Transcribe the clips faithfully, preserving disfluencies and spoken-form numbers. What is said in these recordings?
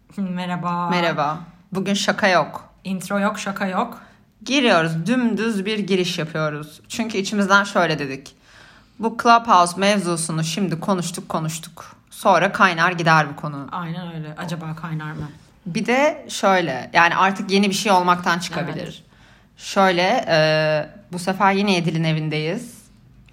Merhaba. Merhaba. Bugün şaka yok. Intro yok, şaka yok. Giriyoruz, dümdüz bir giriş yapıyoruz. Çünkü içimizden şöyle dedik. Bu Clubhouse mevzusunu şimdi konuştuk konuştuk. Sonra kaynar gider bu konu. Aynen öyle. Acaba kaynar mı? Bir de şöyle, yani artık yeni bir şey olmaktan çıkabilir. Evet. Şöyle, e, bu sefer yine Edil'in evindeyiz.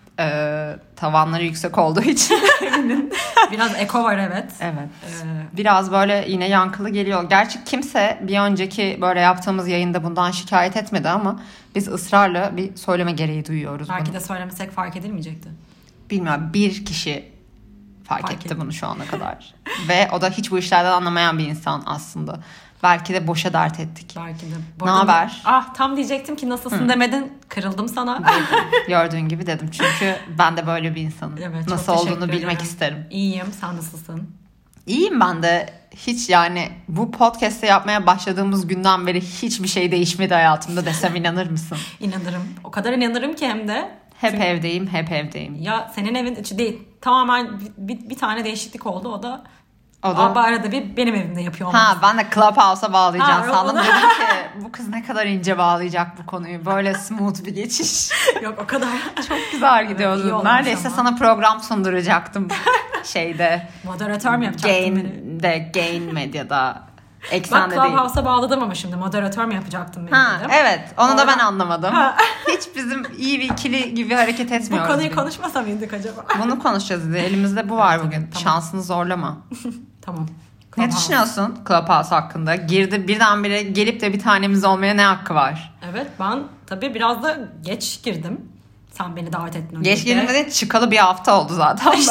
E, tavanları yüksek olduğu için evinin. Biraz eko var evet. Evet. Ee, Biraz böyle yine yankılı geliyor. Gerçi kimse bir önceki böyle yaptığımız yayında bundan şikayet etmedi ama biz ısrarla bir söyleme gereği duyuyoruz. Belki bunu. de söylemesek fark edilmeyecekti. Bilmiyorum, bir kişi fark, fark etti, etti bunu şu ana kadar. Ve o da hiç bu işlerden anlamayan bir insan aslında. Belki de boşa dert ettik. Belki de. Ne haber? Ah tam diyecektim ki nasılsın Hı. demedin. Kırıldım sana. Gördüğün gibi dedim. Çünkü ben de böyle bir insanım. Evet, nasıl olduğunu bilmek ederim. isterim. İyiyim. Sen nasılsın? İyiyim ben de. Hiç yani bu podcast'ı yapmaya başladığımız günden beri hiçbir şey değişmedi hayatımda desem inanır mısın? İnanırım. O kadar inanırım ki hem de. Hep Çünkü... evdeyim, hep evdeyim. Ya senin evin içi değil. Tamamen bir, bir, bir tane değişiklik oldu. O da O da... Ama arada bir benim evimde yapıyor olması. Ha ben de Clubhouse'a bağlayacağım ha, sandım. Dedim ki bu kız ne kadar ince bağlayacak bu konuyu. Böyle smooth bir geçiş. Yok o kadar. Çok güzel gidiyordu. Evet, neredeyse ama. Sana program sunduracaktım şeyde. Moderatör mü yapacaktın beni? De Gain Medya'da. Eksen'de değil. Bak Clubhouse'a bağladım ama şimdi moderatör mü yapacaktım beni ha, dedim. Evet onu Orada... da ben anlamadım. Hiç bizim iyi bir ikili gibi hareket etmiyoruz. Bu konuyu konuşmasa mıydık acaba? Bunu konuşacağız dedi. Elimizde bu var evet, bugün. Tamam. Şansını zorlama. Tamam. Ne düşünüyorsun Clubhouse hakkında? Girdi birdenbire gelip de bir tanemiz olmaya ne hakkı var? Evet ben tabii biraz da geç girdim. Sen beni davet ettin. Geç girdim de çıkalı bir hafta oldu zaten. İşte.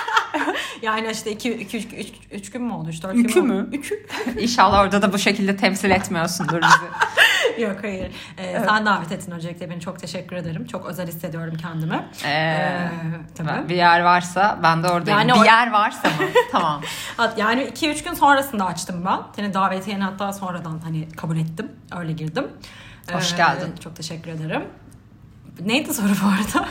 Yani işte iki üç gün mü oldu? üç dört gün Ükü mü? mü? Ükü. İnşallah orada da bu şekilde temsil etmiyorsundur bizi. Yok hayır. Ee, evet. Sen davet ettin öncelikle. Beni çok teşekkür ederim. Çok özel hissediyorum kendimi. Ee, ee, tabii. Bir yer varsa ben de oradayım. Yani bir o... yer varsa mı? Tamam. Yani iki üç gün sonrasında açtım ben. Senin davetiyeni hatta sonradan hani kabul ettim. Öyle girdim. Hoş ee, geldin. Çok teşekkür ederim. Neydi soru bu arada?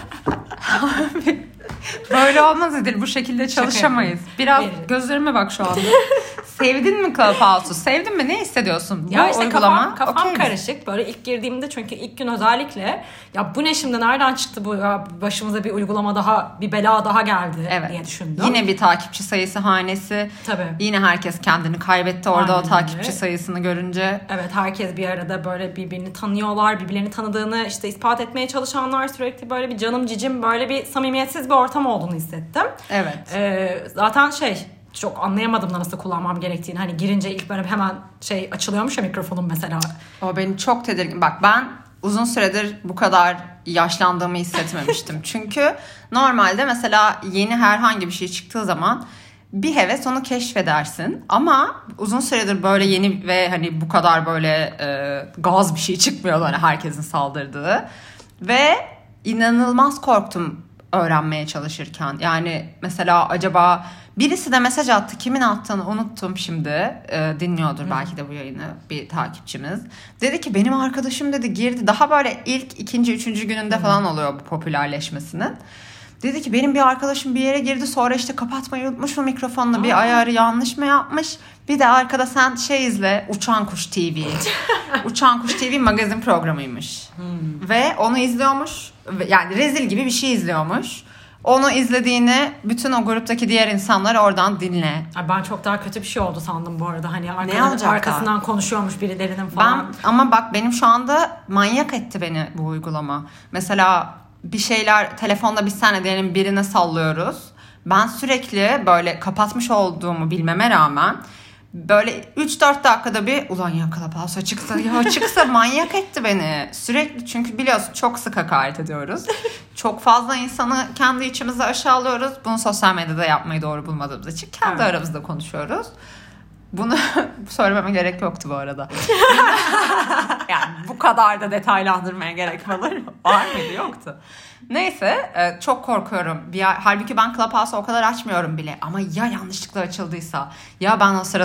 Böyle olmaz Edil. Bu şekilde çalışamayız. Biraz Verin. Gözlerime bak şu anda. Sevdin mi Clubhouse'u? Sevdin mi? Ne hissediyorsun? Ya bu işte uygulama, kafam, kafam okay karışık. Böyle ilk girdiğimde çünkü ilk gün özellikle ya bu ne şimdi nereden çıktı bu ya başımıza bir uygulama daha bir bela daha geldi evet. diye düşündüm. Yine bir takipçi sayısı hanesi. Tabii. Yine herkes kendini kaybetti orada Aynen o takipçi öyle. sayısını görünce. Evet herkes bir arada böyle birbirini tanıyorlar. Birbirlerini tanıdığını işte ispat etmeye çalışanlar sürekli böyle bir canım cicim böyle bir samimiyetsiz bir ortam olduğunu hissettim. Evet. Ee, zaten şey çok anlayamadım da nasıl kullanmam gerektiğini. Hani girince ilk böyle hemen şey açılıyormuş ya mikrofonum mesela. O beni çok tedirgin. Bak ben uzun süredir bu kadar yaşlandığımı hissetmemiştim. Çünkü normalde mesela yeni herhangi bir şey çıktığı zaman bir heves onu keşfedersin. Ama uzun süredir böyle yeni ve hani bu kadar böyle e, gaz bir şey çıkmıyor hani herkesin saldırdığı. Ve inanılmaz korktum öğrenmeye çalışırken. Yani mesela acaba birisi de mesaj attı. Kimin attığını unuttum şimdi. Ee, dinliyordur Hı. belki de bu yayını bir takipçimiz. Dedi ki benim arkadaşım dedi girdi. Daha böyle ilk, ikinci, üçüncü gününde Hı. falan oluyor bu popülerleşmesinin. Dedi ki benim bir arkadaşım bir yere girdi. Sonra işte kapatmayı unutmuş mu mikrofonunu? Aa. Bir ayarı yanlış mı yapmış? Bir de arkada sen şey izle. Uçan Kuş T V. Uçan Kuş T V magazin programıymış. Hmm. Ve onu izliyormuş. Yani rezil gibi bir şey izliyormuş. Onu izlediğini bütün o gruptaki diğer insanlar oradan dinle. Ay ben çok daha kötü bir şey oldu sandım bu arada. Hani arkadaşın arkasından konuşuyormuş birilerinin falan. Ben, ama bak benim şu anda manyak etti beni bu uygulama. Mesela bir şeyler telefonda biz seninle diyelim birine sallıyoruz. Ben sürekli böyle kapatmış olduğumu bilmeme rağmen böyle üç dört dakikada bir ulan ya Clubhouse'a çıksa ya çıksa manyak etti beni. Sürekli çünkü biliyorsun çok sık hakaret ediyoruz. Çok fazla insanı kendi içimizde aşağılıyoruz. Bunu sosyal medyada yapmayı doğru bulmadığımız için kendi evet. aramızda konuşuyoruz. Bunu söylememe gerek yoktu bu arada. Yani bu kadar da detaylandırmaya gerek var mıydı? Yoktu. Neyse çok korkuyorum. Bir, halbuki ben Clubhouse'u o kadar açmıyorum bile. Ama ya yanlışlıkla açıldıysa ya ben o sırada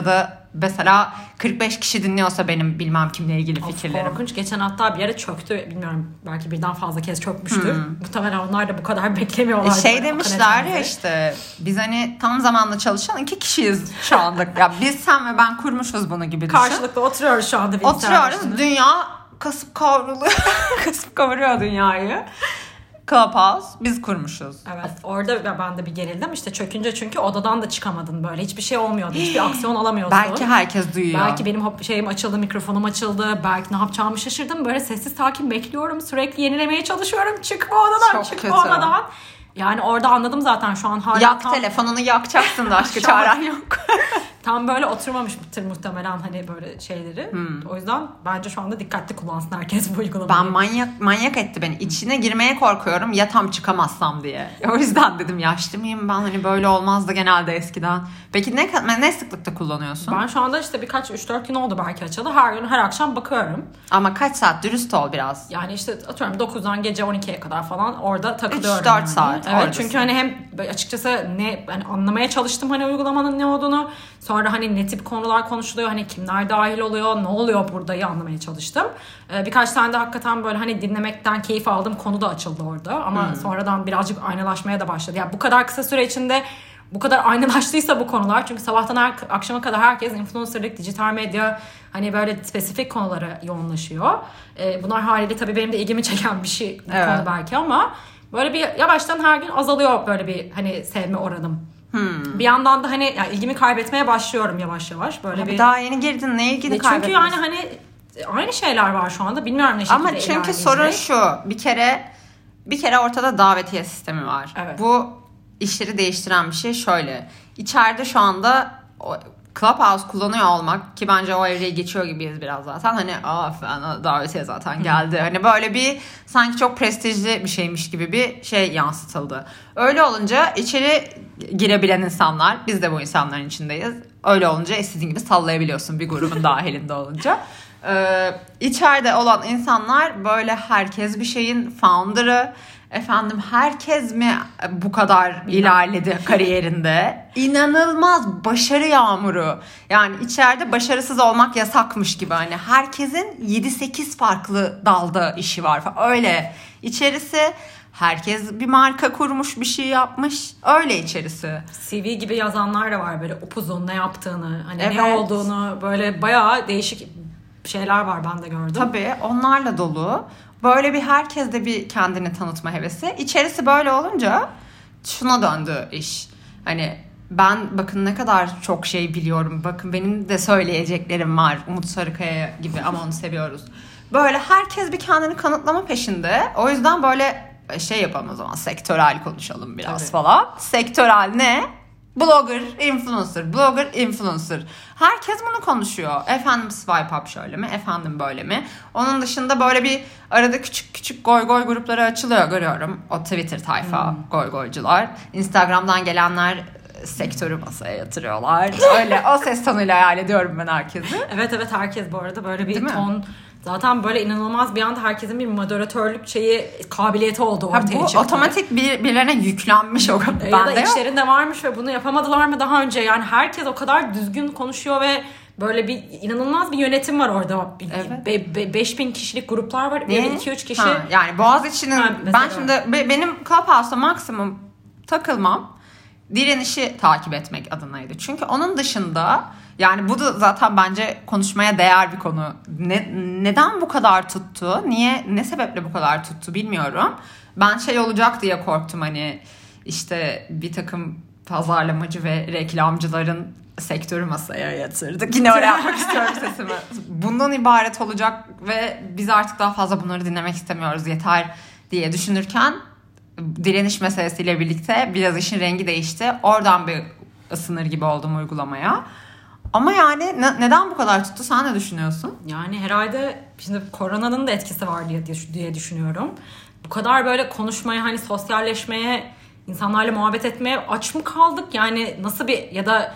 mesela kırk beş kişi dinliyorsa benim bilmem kimle ilgili Of, fikirlerim. korkunç. Geçen hatta bir yere çöktü. Bilmiyorum, belki birden fazla kez çökmüştür. Hmm. Muhtemelen onlar da bu kadar beklemiyorlar. E şey demişler ya işte biz hani tam zamanlı çalışan iki kişiyiz şu anda. Ya biz sen ve ben kurmuşuz bunu gibi düşün. Karşılıklı oturuyoruz şu anda. Oturuyoruz. Başında. Dünya kasıp kavruluyor. kasıp kavuruyor dünyayı. Clubhouse biz kurmuşuz. Evet, orada ben de bir gerildim işte çökünce, çünkü odadan da çıkamadın, böyle hiçbir şey olmuyordu, hiçbir aksiyon alamıyorsun. Belki herkes duyuyor. Belki benim şeyim açıldı, mikrofonum açıldı, belki ne yapacağımı şaşırdım, böyle sessiz sakin bekliyorum, sürekli yenilemeye çalışıyorum, çıkma odadan, çok çıkma kötü. odadan. Yani orada anladım zaten şu an hala yak tam... telefonunu yakacaksın da başka çaren yok. Tam böyle oturmamıştır muhtemelen hani böyle şeyleri. Hmm. O yüzden bence şu anda dikkatli kullansın herkes bu uygulamayı. Ben manyak manyak etti beni. İçine girmeye korkuyorum ya tam çıkamazsam diye. O yüzden dedim yaşlı mıyım ben, hani böyle olmazdı genelde eskiden. Peki ne ne sıklıkta kullanıyorsun? Ben şu anda işte birkaç üç dört gün oldu belki açalı. Her gün her akşam bakıyorum. Ama kaç saat? Dürüst ol biraz. Yani işte atıyorum dokuzdan gece on ikiye kadar falan orada takılıyorum. üç dört yani. saat. Evet, oradasın. çünkü hani hem açıkçası ne hani anlamaya çalıştım hani uygulamanın ne olduğunu. Sonra hani ne tip konular konuşuluyor, hani kimler dahil oluyor, ne oluyor buradayı anlamaya çalıştım. Ee, birkaç tane de hakikaten böyle hani dinlemekten keyif aldığım konu da açıldı orada. Ama hmm. sonradan birazcık aynalaşmaya da başladı. Yani bu kadar kısa süre içinde bu kadar aynalaştıysa bu konular. Çünkü sabahtan her, akşama kadar herkes influencerlık, dijital medya, hani böyle spesifik konulara yoğunlaşıyor. Ee, bunlar haliyle tabii benim de ilgimi çeken bir şey bir evet. konu belki, ama böyle bir yavaştan her gün azalıyor böyle bir hani sevme oranım. Hmm. Bir yandan da hani yani ilgimi kaybetmeye başlıyorum yavaş yavaş. Böyle Abi bir daha yeni girdin, ne ilgini kaybettin? Çünkü yani hani aynı şeyler var şu anda. Bilmiyorum ne şekilde Ama çünkü sorun şu. Bir kere bir kere ortada davetiye sistemi var. Evet. Bu işleri değiştiren bir şey şöyle. İçeride şu anda Clubhouse kullanıyor olmak, ki bence o evreyi geçiyor gibiyiz biraz zaten. Hani aa falan davetiye zaten geldi. Hmm. Hani böyle bir sanki çok prestijli bir şeymiş gibi bir şey yansıtıldı. Öyle olunca içeri girebilen insanlar, biz de bu insanların içindeyiz. Öyle olunca istediğin gibi sallayabiliyorsun bir grubun dahilinde olunca. Ee, içeride olan insanlar böyle herkes bir şeyin founder'ı. Efendim herkes mi bu kadar ilerledi kariyerinde? İnanılmaz başarı yağmuru. Yani içeride başarısız olmak yasakmış gibi. Hani herkesin yedi sekiz farklı dalda işi var falan. Öyle içerisi, herkes bir marka kurmuş, bir şey yapmış. Öyle içerisi. C V gibi yazanlar da var, böyle upuzun ne yaptığını, hani evet. ne olduğunu, böyle bayağı değişik şeyler var, ben de gördüm. Tabii onlarla dolu. Böyle bir herkes de bir kendini tanıtma hevesi. İçerisi böyle olunca şuna döndü iş. Hani ben bakın ne kadar çok şey biliyorum. Bakın benim de söyleyeceklerim var. Umut Sarıkaya gibi, ama onu seviyoruz. Böyle herkes bir kendini kanıtlama peşinde. O yüzden böyle şey yapalım o zaman. Sektörel konuşalım biraz Tabii. falan. Sektörel ne? Blogger, influencer, blogger, influencer. Herkes bunu konuşuyor. Efendim swipe up şöyle mi? Efendim böyle mi? Onun dışında böyle bir arada küçük küçük goy goy grupları açılıyor, görüyorum. O Twitter tayfa hmm. goy goycular. Instagram'dan gelenler sektörü masaya yatırıyorlar. Öyle o ses tonuyla hayal ediyorum ben herkesi. Evet evet, herkes bu arada böyle bir Değil ton... Mi? Zaten böyle inanılmaz bir anda herkesin bir moderatörlük şeyi, kabiliyeti oldu ortaya bu çıktı. Bu otomatik bir, birilerine yüklenmiş o kadar. Ya da içlerinde varmış ve bunu yapamadılar mı daha önce? Yani herkes o kadar düzgün konuşuyor ve böyle bir inanılmaz bir yönetim var orada. Evet. Be, be, beş bin kişilik gruplar var. iki üç kişi. Ha, yani Boğaziçi'nin ben şimdi be, benim Clubhouse'da maksimum takılmam direnişi takip etmek adınaydı. Çünkü onun dışında yani bu da zaten bence konuşmaya değer bir konu. Ne, neden bu kadar tuttu? Niye, ne sebeple bu kadar tuttu bilmiyorum. Ben şey olacak diye korktum, hani işte bir takım pazarlamacı ve reklamcıların sektörü masaya yatırdık. Yine oraya yapmak istiyorum sesimi. Bundan ibaret olacak ve biz artık daha fazla bunları dinlemek istemiyoruz, yeter diye düşünürken direniş meselesiyle birlikte biraz işin rengi değişti. Oradan bir ısınır gibi oldum uygulamaya. Ama yani ne, neden bu kadar tuttu? Sen ne düşünüyorsun? Yani herhalde şimdi koronanın da etkisi var diye, diye düşünüyorum. Bu kadar böyle konuşmaya, hani sosyalleşmeye, insanlarla muhabbet etmeye aç mı kaldık? Yani nasıl bir, ya da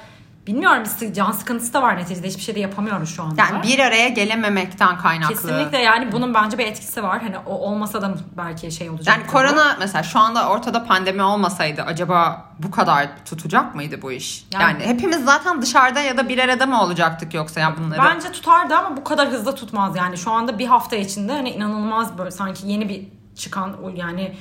bilmiyorum, can sıkıntısı da var neticede, hiçbir şey de yapamıyoruz şu anda. Yani bir araya gelememekten kaynaklı. Kesinlikle, yani bunun bence bir etkisi var. Hani o olmasa da belki şey olacak. Yani korona mesela şu anda ortada pandemi olmasaydı acaba bu kadar tutacak mıydı bu iş? Yani, yani hepimiz zaten dışarıda ya da bir arada mı olacaktık yoksa yani bunları? Bence tutardı ama bu kadar hızlı tutmaz yani. Şu anda bir hafta içinde hani inanılmaz böyle sanki yeni bir çıkan yani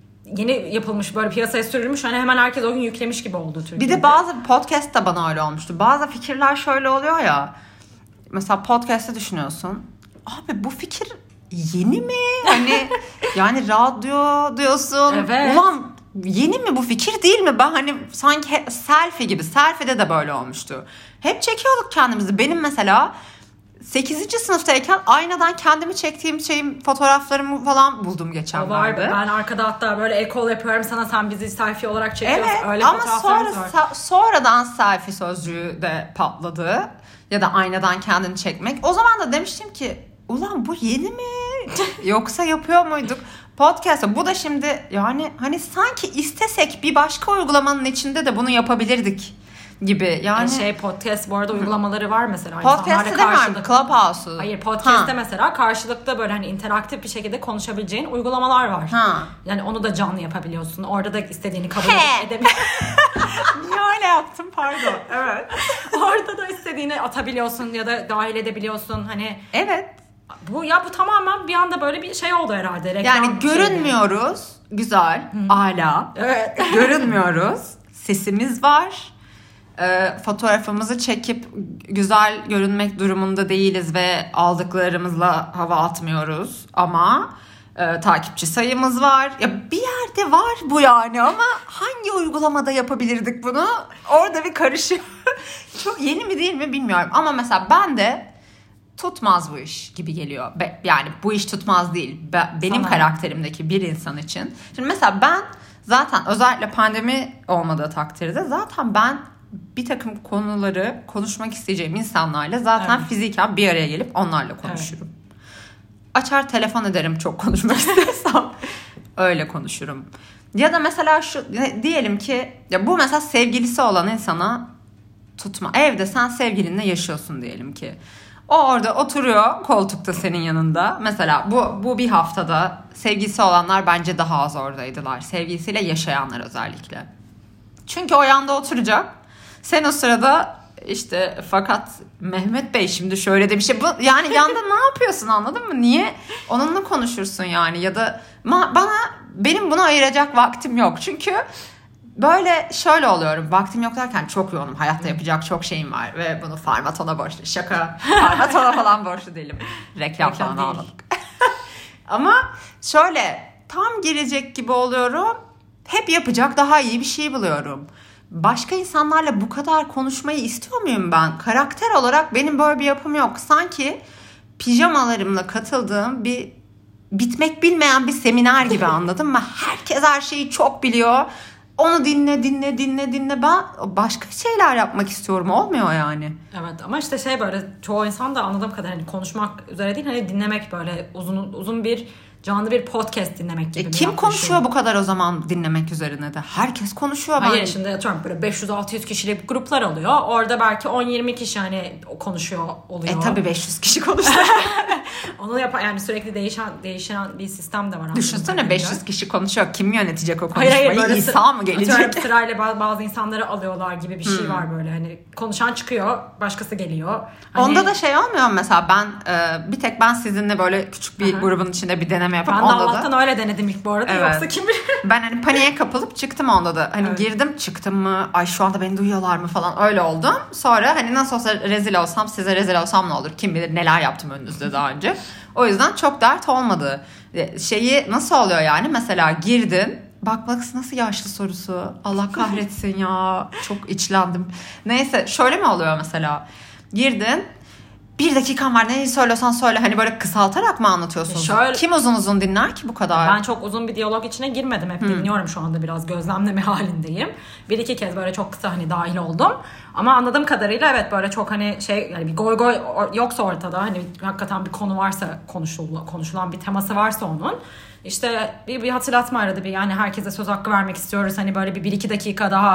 yeni yapılmış böyle piyasaya sürülmüş, hani hemen herkes o gün yüklemiş gibi oldu Türkiye'de. Bir de bazı podcast da bana öyle olmuştu. Bazı fikirler şöyle oluyor ya. Mesela podcast'ı düşünüyorsun. Abi bu fikir yeni mi? Hani yani radyo diyorsun. Evet. Ulan yeni mi bu fikir değil mi? Ben hani sanki selfie gibi. Selfie'de de böyle olmuştu. Hep çekiyorduk kendimizi. Benim mesela sekizinci sınıftayken aynadan kendimi çektiğim şeyim fotoğraflarımı falan buldum geçenlerde. Ben arkada hatta böyle ekol yapıyorum sana, sen bizi selfie olarak çekiyorsun. Evet, öyle ama sonra, var. sonradan selfie sözcüğü de patladı. Ya da aynadan kendini çekmek. O zaman da demiştim ki ulan bu yeni mi? Yoksa yapıyor muyduk? Podcast'ta bu da şimdi yani hani sanki istesek bir başka uygulamanın içinde de bunu yapabilirdik gibi. Yani şey podcast bu arada uygulamaları var mesela. Podcast'te de var, Clubhouse'u. Hayır, podcast'te mesela karşılıklı böyle hani interaktif bir şekilde konuşabileceğin uygulamalar var. Ha. Yani onu da canlı yapabiliyorsun. Orada da istediğini kabul He. edebiliyorsun. Niye öyle yaptım pardon. Evet. Orada da istediğini atabiliyorsun ya da dahil edebiliyorsun. Hani evet. Bu ya bu tamamen bir anda böyle bir şey oldu herhalde. Reklam yani görünmüyoruz. Şeyi. Güzel. Hı. Âlâ. Evet. Görünmüyoruz. Sesimiz var. E, fotoğrafımızı çekip güzel görünmek durumunda değiliz ve aldıklarımızla hava atmıyoruz ama e, takipçi sayımız var. Ya bir yerde var bu yani ama hangi uygulamada yapabilirdik bunu? Orada bir karışıyor. Çok yeni mi değil mi bilmiyorum ama mesela ben de tutmaz bu iş gibi geliyor. Be, yani bu iş tutmaz değil. Be, benim Sana. karakterimdeki bir insan için. Şimdi mesela ben zaten özellikle pandemi olmadığı takdirde zaten ben bir takım konuları konuşmak isteyeceğim insanlarla zaten evet. fiziken bir araya gelip onlarla konuşurum. Evet. Açar telefon ederim çok konuşmak istiyorsam. Öyle konuşurum. Ya da mesela şu diyelim ki ya bu mesela sevgilisi olan insana tutma. Evde sen sevgilinle yaşıyorsun diyelim ki. O orada oturuyor koltukta senin yanında. Mesela bu bu bir haftada sevgilisi olanlar bence daha az oradaydılar. Sevgilisiyle yaşayanlar özellikle. Çünkü o yanda oturacak. Sen o sırada işte fakat Mehmet Bey şimdi şöyle de bir şey. Bu, yani yanda ne yapıyorsun anladın mı? Niye? Onunla konuşursun yani ya da ma, bana benim buna ayıracak vaktim yok. Çünkü böyle şöyle oluyorum. Vaktim yok derken çok yoğunum. Hayatta yapacak çok şeyim var. Ve bunu Farmaton'a borçlu. Şaka. Farmaton'a falan borçlu değilim. Reklam, Reklam falan almadık. Ama şöyle tam girecek gibi oluyorum. Hep yapacak daha iyi bir şey buluyorum. Başka insanlarla bu kadar konuşmayı istiyor muyum ben? Karakter olarak benim böyle bir yapım yok. Sanki pijamalarımla katıldığım bir bitmek bilmeyen bir seminer gibi anladın mı? Herkes her şeyi çok biliyor. Onu dinle dinle dinle dinle. Ben başka şeyler yapmak istiyorum. Olmuyor yani. Evet ama işte şey böyle çoğu insan da anladığım kadar hani konuşmak üzere değil hani dinlemek böyle uzun uzun bir canlı bir podcast dinlemek gibi. E kim konuşuyor bu kadar o zaman dinlemek üzerine de? Herkes konuşuyor. Hayır ben... şimdi atıyorum böyle beş yüz altı yüz kişilik gruplar oluyor. Orada belki on yirmi kişi hani konuşuyor oluyor. E tabii beş yüz kişi konuşuyor. Onu yapan yani sürekli değişen değişen bir sistem de var. Düşünsene beş yüz kişi konuşuyor. Kim yönetecek o konuşmayı? Hayır, hayır, İsa sıra, mı gelecek? Sırayla bazı insanları alıyorlar gibi bir şey hmm. var böyle. Hani konuşan çıkıyor, başkası geliyor. Hani... Onda da şey olmuyor mesela ben e, bir tek ben sizinle böyle küçük bir Aha. grubun içinde bir deneme yapıp ben de Allah'tan da... öyle denedim ilk bu arada. Evet. Yoksa kim bilir? Ben hani paniğe kapılıp çıktım onda da. Hani evet. girdim çıktım mı? Ay şu anda beni duyuyorlar mı falan öyle oldum. Sonra hani nasıl olsa rezil olsam size rezil olsam ne olur? Kim bilir neler yaptım önünüzde daha önce. O yüzden çok dert olmadı. Şeyi nasıl oluyor yani? Mesela girdin. Bak bak nasıl yaşlı sorusu. Allah kahretsin ya. Çok içlendim. Neyse şöyle mi oluyor mesela? Girdin. Bir dakikan var neyi söylüyorsan söyle. Hani böyle kısaltarak mı anlatıyorsun? Şöyle, kim uzun uzun dinler ki bu kadar? Ben çok uzun bir diyalog içine girmedim. Hep hmm. dinliyorum şu anda biraz gözlemleme halindeyim. Bir iki kez böyle çok kısa hani dahil oldum. Ama anladığım kadarıyla evet böyle çok hani şey yani bir goy goy yoksa ortada hani hakikaten bir konu varsa konuşulan, konuşulan bir teması varsa onun. İşte bir, bir hatırlatma aradı bir yani herkese söz hakkı vermek istiyoruz. Hani böyle bir, bir iki dakika daha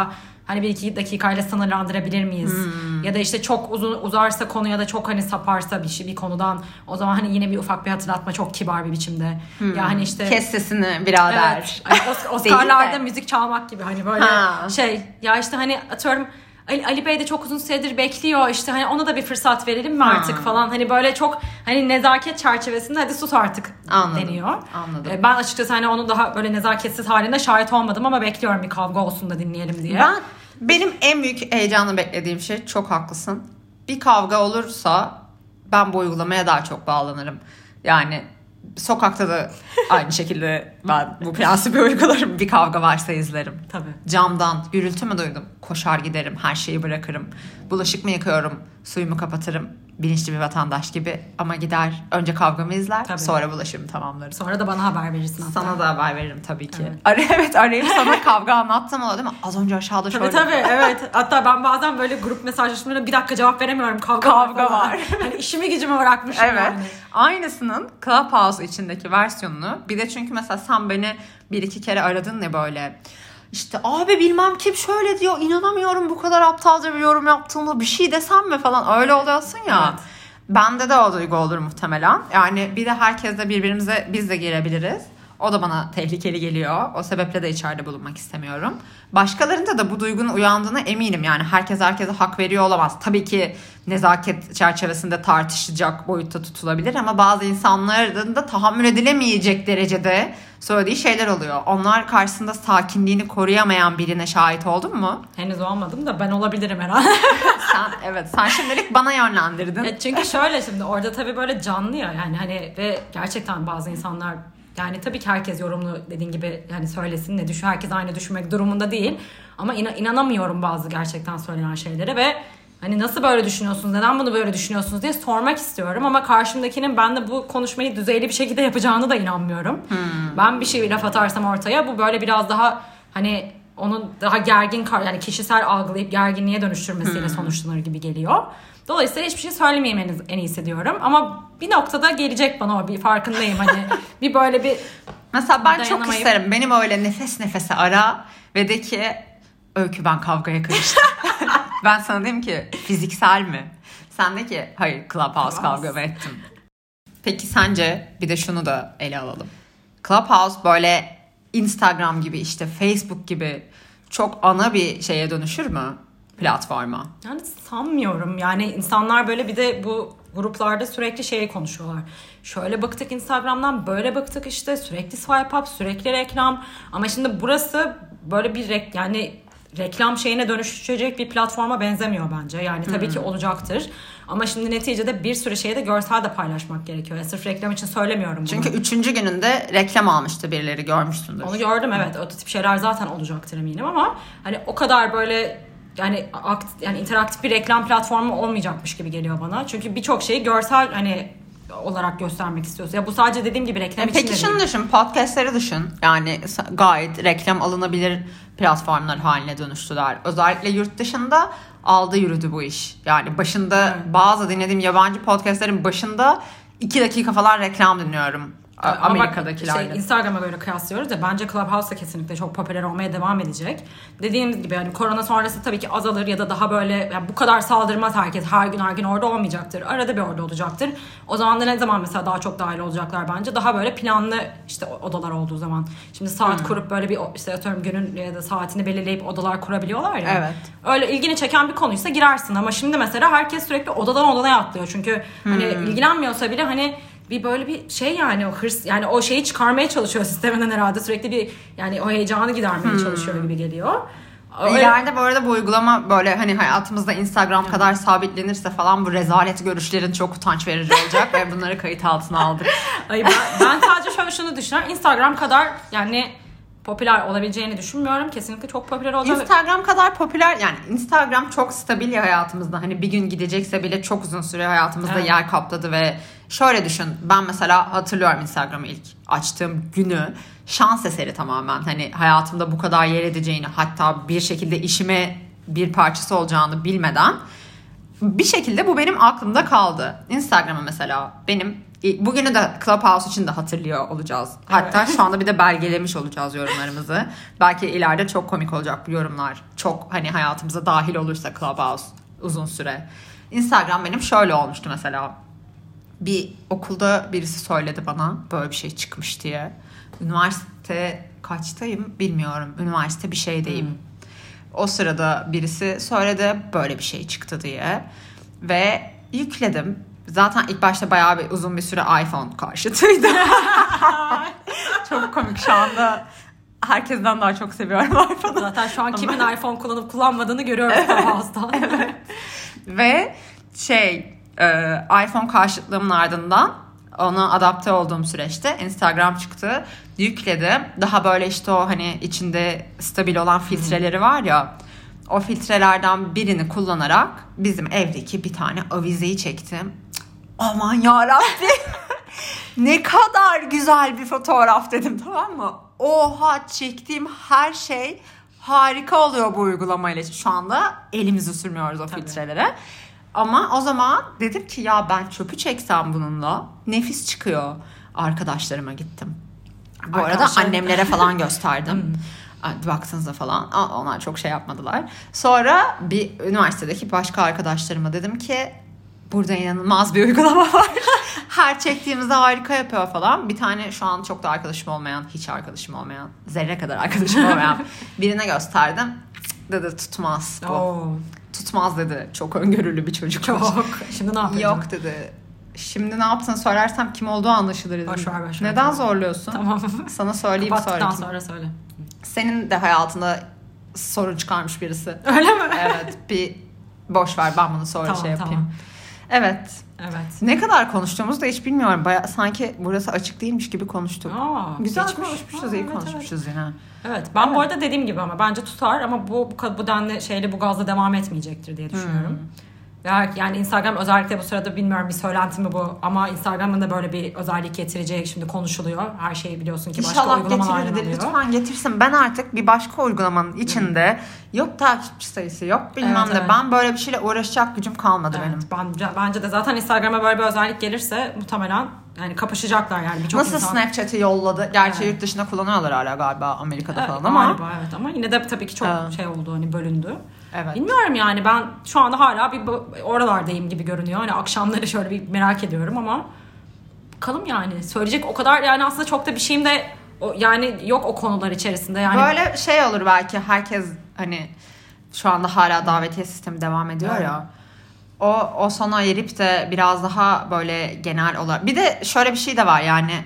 hani bir iki dakikayla sınırlandırabilir miyiz? Hmm. Ya da işte çok uzun uzarsa konu ya da çok hani saparsa bir şey bir konudan, o zaman hani yine bir ufak bir hatırlatma çok kibar bir biçimde. Hmm. Ya hani işte kes sesini birader. Evet. Hani Oscar'larda müzik çalmak gibi hani böyle ha. şey. Ya işte hani atıyorum Ali, Ali Bey de çok uzun süredir bekliyor, işte hani ona da bir fırsat verelim mi artık ha. falan. Hani böyle çok hani nezaket çerçevesinde hadi sus artık Anladım. deniyor. Anladım. Ben açıkçası hani onu daha böyle nezaketsiz halinde şahit olmadım ama bekliyorum bir kavga olsun da dinleyelim diye. Ben benim en büyük heyecanla beklediğim şey, çok haklısın. Bir kavga olursa ben bu uygulamaya daha çok bağlanırım. Yani sokakta da aynı şekilde ben bu prensibi uygularım. Bir kavga varsa izlerim. Tabii. Camdan gürültü mü duydum? Koşar giderim, her şeyi bırakırım. Bulaşık mı yıkıyorum? Suyumu kapatırım. Bilinçli bir vatandaş gibi. Ama gider önce kavgamı izler, tabii. sonra bulaşığımı tamamlarım. Sonra da bana haber verirsin hatta. Sana da haber veririm tabii ki. Evet, Ar- evet arayıp sana kavga anlattım o değil mi? Az önce aşağıda şöyle. Tabii tabii evet. Hatta ben bazen böyle grup mesajlaşmalarına bir dakika cevap veremiyorum. Kavga, kavga var. var. Hani işimi gücümü bırakmışım evet. yani. Aynısının Clubhouse içindeki versiyonunu. Bir de çünkü mesela sen beni bir iki kere aradın ya böyle. İşte abi bilmem kim şöyle diyor, inanamıyorum bu kadar aptalca bir yorum yaptığımda, bir şey desem mi falan, öyle oluyorsun ya. Evet. Bende de o duygu olur muhtemelen. Yani bir de herkesle birbirimize biz de girebiliriz. O da bana tehlikeli geliyor. O sebeple de içeride bulunmak istemiyorum. Başkalarında da bu duygunun uyandığına eminim. Yani herkes herkese hak veriyor olamaz. Tabii ki nezaket çerçevesinde tartışacak boyutta tutulabilir ama bazı insanların da tahammül edilemeyecek derecede söylediği şeyler oluyor. Onlar karşısında sakinliğini koruyamayan birine şahit oldun mu? Henüz olmadım da ben olabilirim herhalde. sen evet sen şimdilik bana yönlendirdin. Ya çünkü şöyle, şimdi orada tabii böyle canlı ya yani hani ve gerçekten bazı insanlar, yani tabii ki herkes yorumlu dediğin gibi yani söylesin ne düşün, herkes aynı düşünmek durumunda değil ama inan- inanamıyorum bazı gerçekten söylenen şeylere ve hani nasıl böyle düşünüyorsunuz, neden bunu böyle düşünüyorsunuz diye sormak istiyorum ama karşımdakinin ben de bu konuşmayı düzeyli bir şekilde yapacağını da inanmıyorum. Hmm. Ben bir şey laf atarsam ortaya bu böyle biraz daha hani onun daha gergin, yani kişisel algılayıp gerginliğe dönüştürmesiyle hmm. sonuçlanır gibi geliyor. Dolayısıyla hiçbir şey söylemeyeyim en, en iyisi diyorum. Ama bir noktada gelecek bana o, bir farkındayım. Hani bir böyle bir... Mesela ben çok isterim. Benim öyle nefes nefese ara ve de ki Öykü ben kavgaya karıştım. Ben sana diyeyim ki fiziksel mi? Sen de ki hayır Clubhouse kavga mı ettim. Peki sence bir de şunu da ele alalım. Clubhouse böyle Instagram gibi, işte Facebook gibi çok ana bir şeye dönüşür mü? Platforma. Yani sanmıyorum. Yani insanlar böyle bir de bu gruplarda sürekli şey konuşuyorlar. Şöyle bıktık Instagram'dan, böyle bıktık işte, sürekli swipe up, sürekli reklam. Ama şimdi burası böyle bir rek, yani reklam şeyine dönüşecek bir platforma benzemiyor bence. Yani tabii hmm. ki olacaktır. Ama şimdi neticede bir sürü şeyi de görsel de paylaşmak gerekiyor. Yani sırf reklam için söylemiyorum bunu. Çünkü üçüncü gününde reklam almıştı birileri, görmüşsündür. Onu gördüm evet. O tip şeyler zaten olacaktır eminim ama hani o kadar böyle yani akt, yani interaktif bir reklam platformu olmayacakmış gibi geliyor bana. Çünkü birçok şeyi görsel hani olarak göstermek istiyorsun. Ya bu sadece dediğim gibi reklam e için peki de şunu düşün, podcastleri düşün. Yani gayet reklam alınabilir platformlar haline dönüştüler. Özellikle yurt dışında aldı yürüdü bu iş. Yani başında evet. bazı dinlediğim yabancı podcastlerin başında iki dakika falan reklam dinliyorum. Ama Amerika'dakilerle. Şey, Instagram'a böyle kıyaslıyoruz ya, bence Clubhouse da kesinlikle çok popüler olmaya devam edecek. Dediğimiz gibi yani korona sonrası tabii ki azalır ya da daha böyle yani bu kadar saldırmaz herkes. Her gün her gün orada olmayacaktır. Arada bir orada olacaktır. O zaman da ne zaman mesela daha çok dahil olacaklar bence? Daha böyle planlı işte odalar olduğu zaman. Şimdi saat hmm. kurup böyle bir işte atıyorum günün ya da saatini belirleyip odalar kurabiliyorlar ya. Evet. Öyle ilgini çeken bir konuysa girersin ama şimdi mesela herkes sürekli odadan odaya atlıyor. Çünkü hmm. hani ilgilenmiyorsa bile hani bir böyle bir şey yani o hırs yani o şeyi çıkarmaya çalışıyor sisteminden herhalde, sürekli bir yani o heyecanı gidermeye hmm. çalışıyor gibi geliyor. Öyle... İleride bu arada bu uygulama böyle hani hayatımızda Instagram hmm. kadar sabitlenirse falan bu rezalet görüşlerin çok utanç verici olacak ve bunları kayıt altına aldık. Ay ben, ben sadece şöyle şunu düşünüyorum. Instagram kadar yani popüler olabileceğini düşünmüyorum. Kesinlikle çok popüler olacak. Instagram kadar popüler, yani Instagram çok stabil ya hayatımızda. Hani bir gün gidecekse bile çok uzun süre hayatımızda evet. yer kapladı ve şöyle düşün. Ben mesela hatırlıyorum Instagram'ı ilk açtığım günü. Şans eseri tamamen. Hani hayatımda bu kadar yer edeceğini, hatta bir şekilde işime bir parçası olacağını bilmeden bir şekilde bu benim aklımda kaldı. Instagram'a mesela benim Bugünü de Clubhouse için de hatırlıyor olacağız. Hatta evet. şu anda bir de belgelemiş olacağız yorumlarımızı. Belki ileride çok komik olacak bu yorumlar. Çok hani hayatımıza dahil olursa Clubhouse uzun süre. Instagram benim şöyle olmuştu mesela. Bir okulda birisi söyledi bana böyle bir şey çıkmış diye. Üniversite kaçtayım bilmiyorum. Üniversite bir şeydeyim. Hmm. O sırada birisi söyledi böyle bir şey çıktı diye. Ve yükledim. Zaten ilk başta bayağı bir uzun bir süre iPhone karşıtıydı. Çok komik şu anda. Herkesten daha çok seviyorum iPhone'u. Zaten şu an kimin Ama... iPhone kullanıp kullanmadığını görüyoruz Clubhouse'dan. Evet. Ve şey e, iPhone karşıtlığımın ardından ona adapte olduğum süreçte Instagram çıktı. Yükledim. Daha böyle işte o hani içinde stabil olan filtreleri var ya. O filtrelerden birini kullanarak bizim evdeki bir tane avizeyi çektim. Aman yarabbim. Ne kadar güzel bir fotoğraf dedim, tamam mı? Oha, çektiğim her şey harika oluyor bu uygulamayla. Şu anda elimizi sürmüyoruz o Tabii. filtrelere. Ama o zaman dedim ki ya ben çöpü çeksem bununla nefis çıkıyor. Arkadaşlarıma gittim. Bu arada annemlere falan gösterdim. Baksanıza falan. Onlar çok şey yapmadılar. Sonra bir üniversitedeki başka arkadaşlarıma dedim ki burada inanılmaz bir uygulama var. Her çektiğimizde harika yapıyor falan. Bir tane şu an çok da arkadaşım olmayan, hiç arkadaşım olmayan, zerre kadar arkadaşım olmayan birine gösterdim. Dedi tutmaz bu. Oo. Tutmaz dedi. Çok öngörülü bir çocuk. Çok. Şimdi ne yapacağım? Yok dedi. Şimdi ne yaptığını söylersem kim olduğu anlaşılır dedim. Boş ver, boş ver. Neden zorluyorsun? Tamam. Sana söyleyeyim Kapattıktan sonra. sonra söyle. Senin de hayatında sorun çıkarmış birisi. Öyle mi? Evet. Bir boş ver, ben bunu sonra tamam, şey yapayım. Tamam. Evet. Evet. Ne kadar konuştuğumuzu da hiç bilmiyorum. Baya, sanki burası açık değilmiş gibi konuştuk. Aa, Güzel geçmiş. konuşmuşuz, Aa, iyi evet, konuşmuşuz evet. yine. Evet. Ben evet. bu arada dediğim gibi ama bence tutar ama bu bu, bu denli şeyle bu gazla devam etmeyecektir diye düşünüyorum. Hmm. Yani Instagram özellikle bu sırada bilmiyorum bir söylenti mi bu ama Instagram'ın da böyle bir özellik getireceği şimdi konuşuluyor. Her şeyi biliyorsun ki başka İnşallah uygulamalardan getirir, lütfen getirsin. Ben artık bir başka uygulamanın içinde hmm. yok takipçi sayısı yok bilmem evet, ne. Evet. Ben böyle bir şeyle uğraşacak gücüm kalmadı evet, benim. Bence, bence de zaten Instagram'a böyle bir özellik gelirse muhtemelen yani kapışacaklar yani birçok Nasıl insan. Snapchat'i yolladı. Gerçi evet. yurt dışında kullanıyorlar hala galiba Amerika'da evet, falan ama. Galiba evet ama yine de tabii ki çok evet. şey oldu hani bölündü. Evet. Bilmiyorum yani ben şu anda hala bir oralardayım gibi görünüyor. Hani akşamları şöyle bir merak ediyorum ama bakalım yani. Söyleyecek o kadar yani aslında çok da bir şeyim de yani yok o konular içerisinde yani. Böyle şey olur belki herkes hani şu anda hala davetiye sistemi devam ediyor evet. ya. O o sona erip de biraz daha böyle genel olarak. Bir de şöyle bir şey de var yani.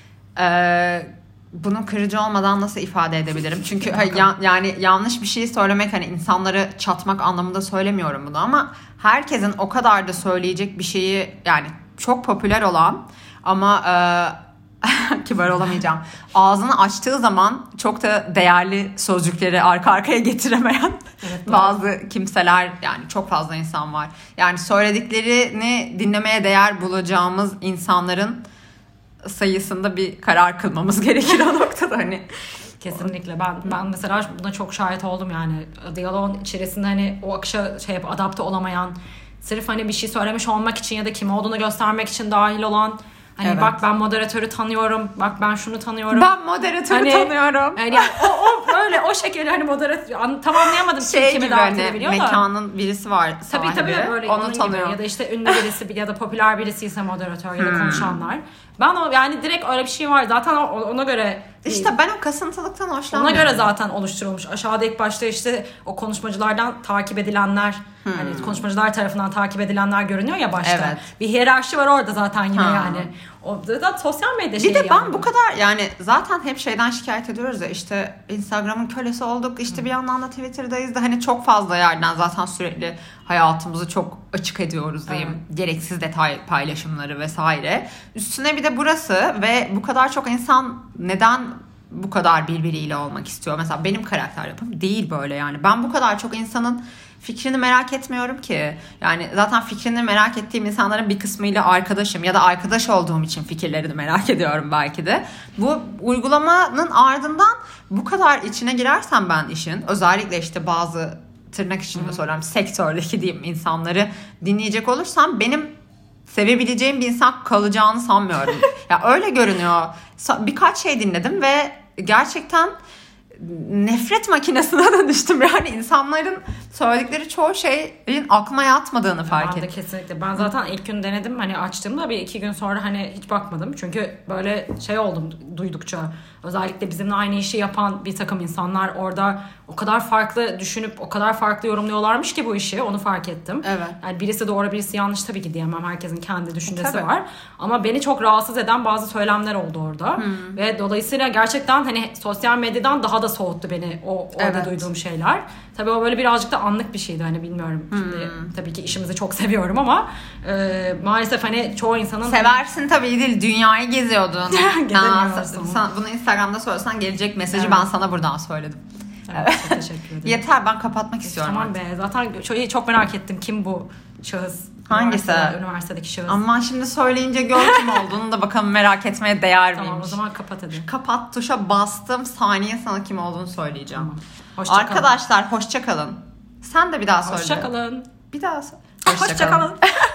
Eee bunu kırıcı olmadan nasıl ifade edebilirim? Çünkü ya, yani yanlış bir şey söylemek hani insanları çatmak anlamında söylemiyorum bunu ama herkesin o kadar da söyleyecek bir şeyi yani çok popüler olan ama e, kibar olamayacağım. Ağzını açtığı zaman çok da değerli sözcükleri arka arkaya getiremeyen evet, bazı kimseler yani çok fazla insan var. Yani söylediklerini dinlemeye değer bulacağımız insanların sayısında bir karar kılmamız gerekir o noktada hani. Kesinlikle ben ben mesela buna çok şahit oldum yani diyaloğun içerisinde hani o akışa şey yap adapte olamayan sırf hani bir şey söylemiş olmak için ya da kim olduğunu göstermek için dahil olan hani evet. bak ben moderatörü tanıyorum bak ben şunu tanıyorum ben moderatörü hani, tanıyorum yani o o öyle o şekilde hani moderatör tamamlayamadım şey kimi gibi davet hani, edebiliyor da mekanın birisi var sahibi tabii tabii böyle onu tanıyor ya da işte ünlü birisi ya da popüler birisi ise moderatör ya da hmm. konuşanlar ben o yani direkt öyle bir şey var zaten ona göre İşte ben o kasıntılıktan hoşlanmıyorum. Ona göre zaten oluşturulmuş. Aşağıda ilk başta işte o konuşmacılardan takip edilenler, hmm. hani konuşmacılar tarafından takip edilenler görünüyor ya başta. Evet. Bir hiyerarşi var orada zaten yine ha. yani. O da sosyal medya şeyi. Bir de ben yani. bu kadar yani zaten hep şeyden şikayet ediyoruz ya işte Instagram'ın kölesi olduk. İşte hmm. bir yandan da Twitter'dayız da hani çok fazla yerden zaten sürekli hayatımızı çok açık ediyoruz diyeyim. Evet. Gereksiz detay paylaşımları vesaire. Üstüne bir de burası ve bu kadar çok insan neden bu kadar birbiriyle olmak istiyor? Mesela benim karakter yapım değil böyle yani. Ben bu kadar çok insanın fikrini merak etmiyorum ki. Yani zaten fikrini merak ettiğim insanların bir kısmıyla arkadaşım ya da arkadaş olduğum için fikirlerini merak ediyorum belki de. Bu uygulamanın ardından bu kadar içine girersem ben işin özellikle işte bazı tırnak içinde söylüyorum sektördeki diyeyim insanları dinleyecek olursam benim sevebileceğim bir insan kalacağını sanmıyorum. Ya öyle görünüyor. Birkaç şey dinledim ve gerçekten nefret makinesine dönüştüm. Yani insanların söyledikleri çoğu şeyin aklıma yatmadığını fark ettim. Ben de kesinlikle. Ben zaten ilk gün denedim. Hani açtığımda bir iki gün sonra hani hiç bakmadım. Çünkü böyle şey oldum duydukça. Özellikle bizimle aynı işi yapan bir takım insanlar orada o kadar farklı düşünüp o kadar farklı yorumluyorlarmış ki bu işi. Onu fark ettim. Evet. Yani birisi doğru birisi yanlış tabii ki diyemem. Herkesin kendi düşüncesi Tabii. var. Ama beni çok rahatsız eden bazı söylemler oldu orada. Hmm. Ve dolayısıyla gerçekten hani sosyal medyadan daha da soğuttu beni o orada evet. duyduğum şeyler. Tabii o böyle birazcık da anlık bir şeydi hani bilmiyorum. Hmm. Şimdi tabii ki işimizi çok seviyorum ama e, maalesef hani çoğu insanın... Seversin tabii değil. Dünyayı geziyordun. Gezemiyorsun. Sen, bunu Instagram'da söylesen gelecek mesajı evet. ben sana buradan söyledim. Evet, çok teşekkür ederim. Yeter, ben kapatmak istiyorum. Tamam be, zaten çok, çok merak ettim kim bu şahıs. Hangisi? Üniversitede, üniversitedeki şahıs. Ama şimdi söyleyince gör kim olduğunu da bakalım merak etmeye değer tamam, miymiş. Tamam o zaman kapat hadi. Kapat tuşa bastım, saniye sana kim olduğunu söyleyeceğim. Tamam. Hoşça Arkadaşlar hoşça kalın. Sen de bir daha söyle. Hoşça kalın. Bir daha söyle. Hoşça kalın.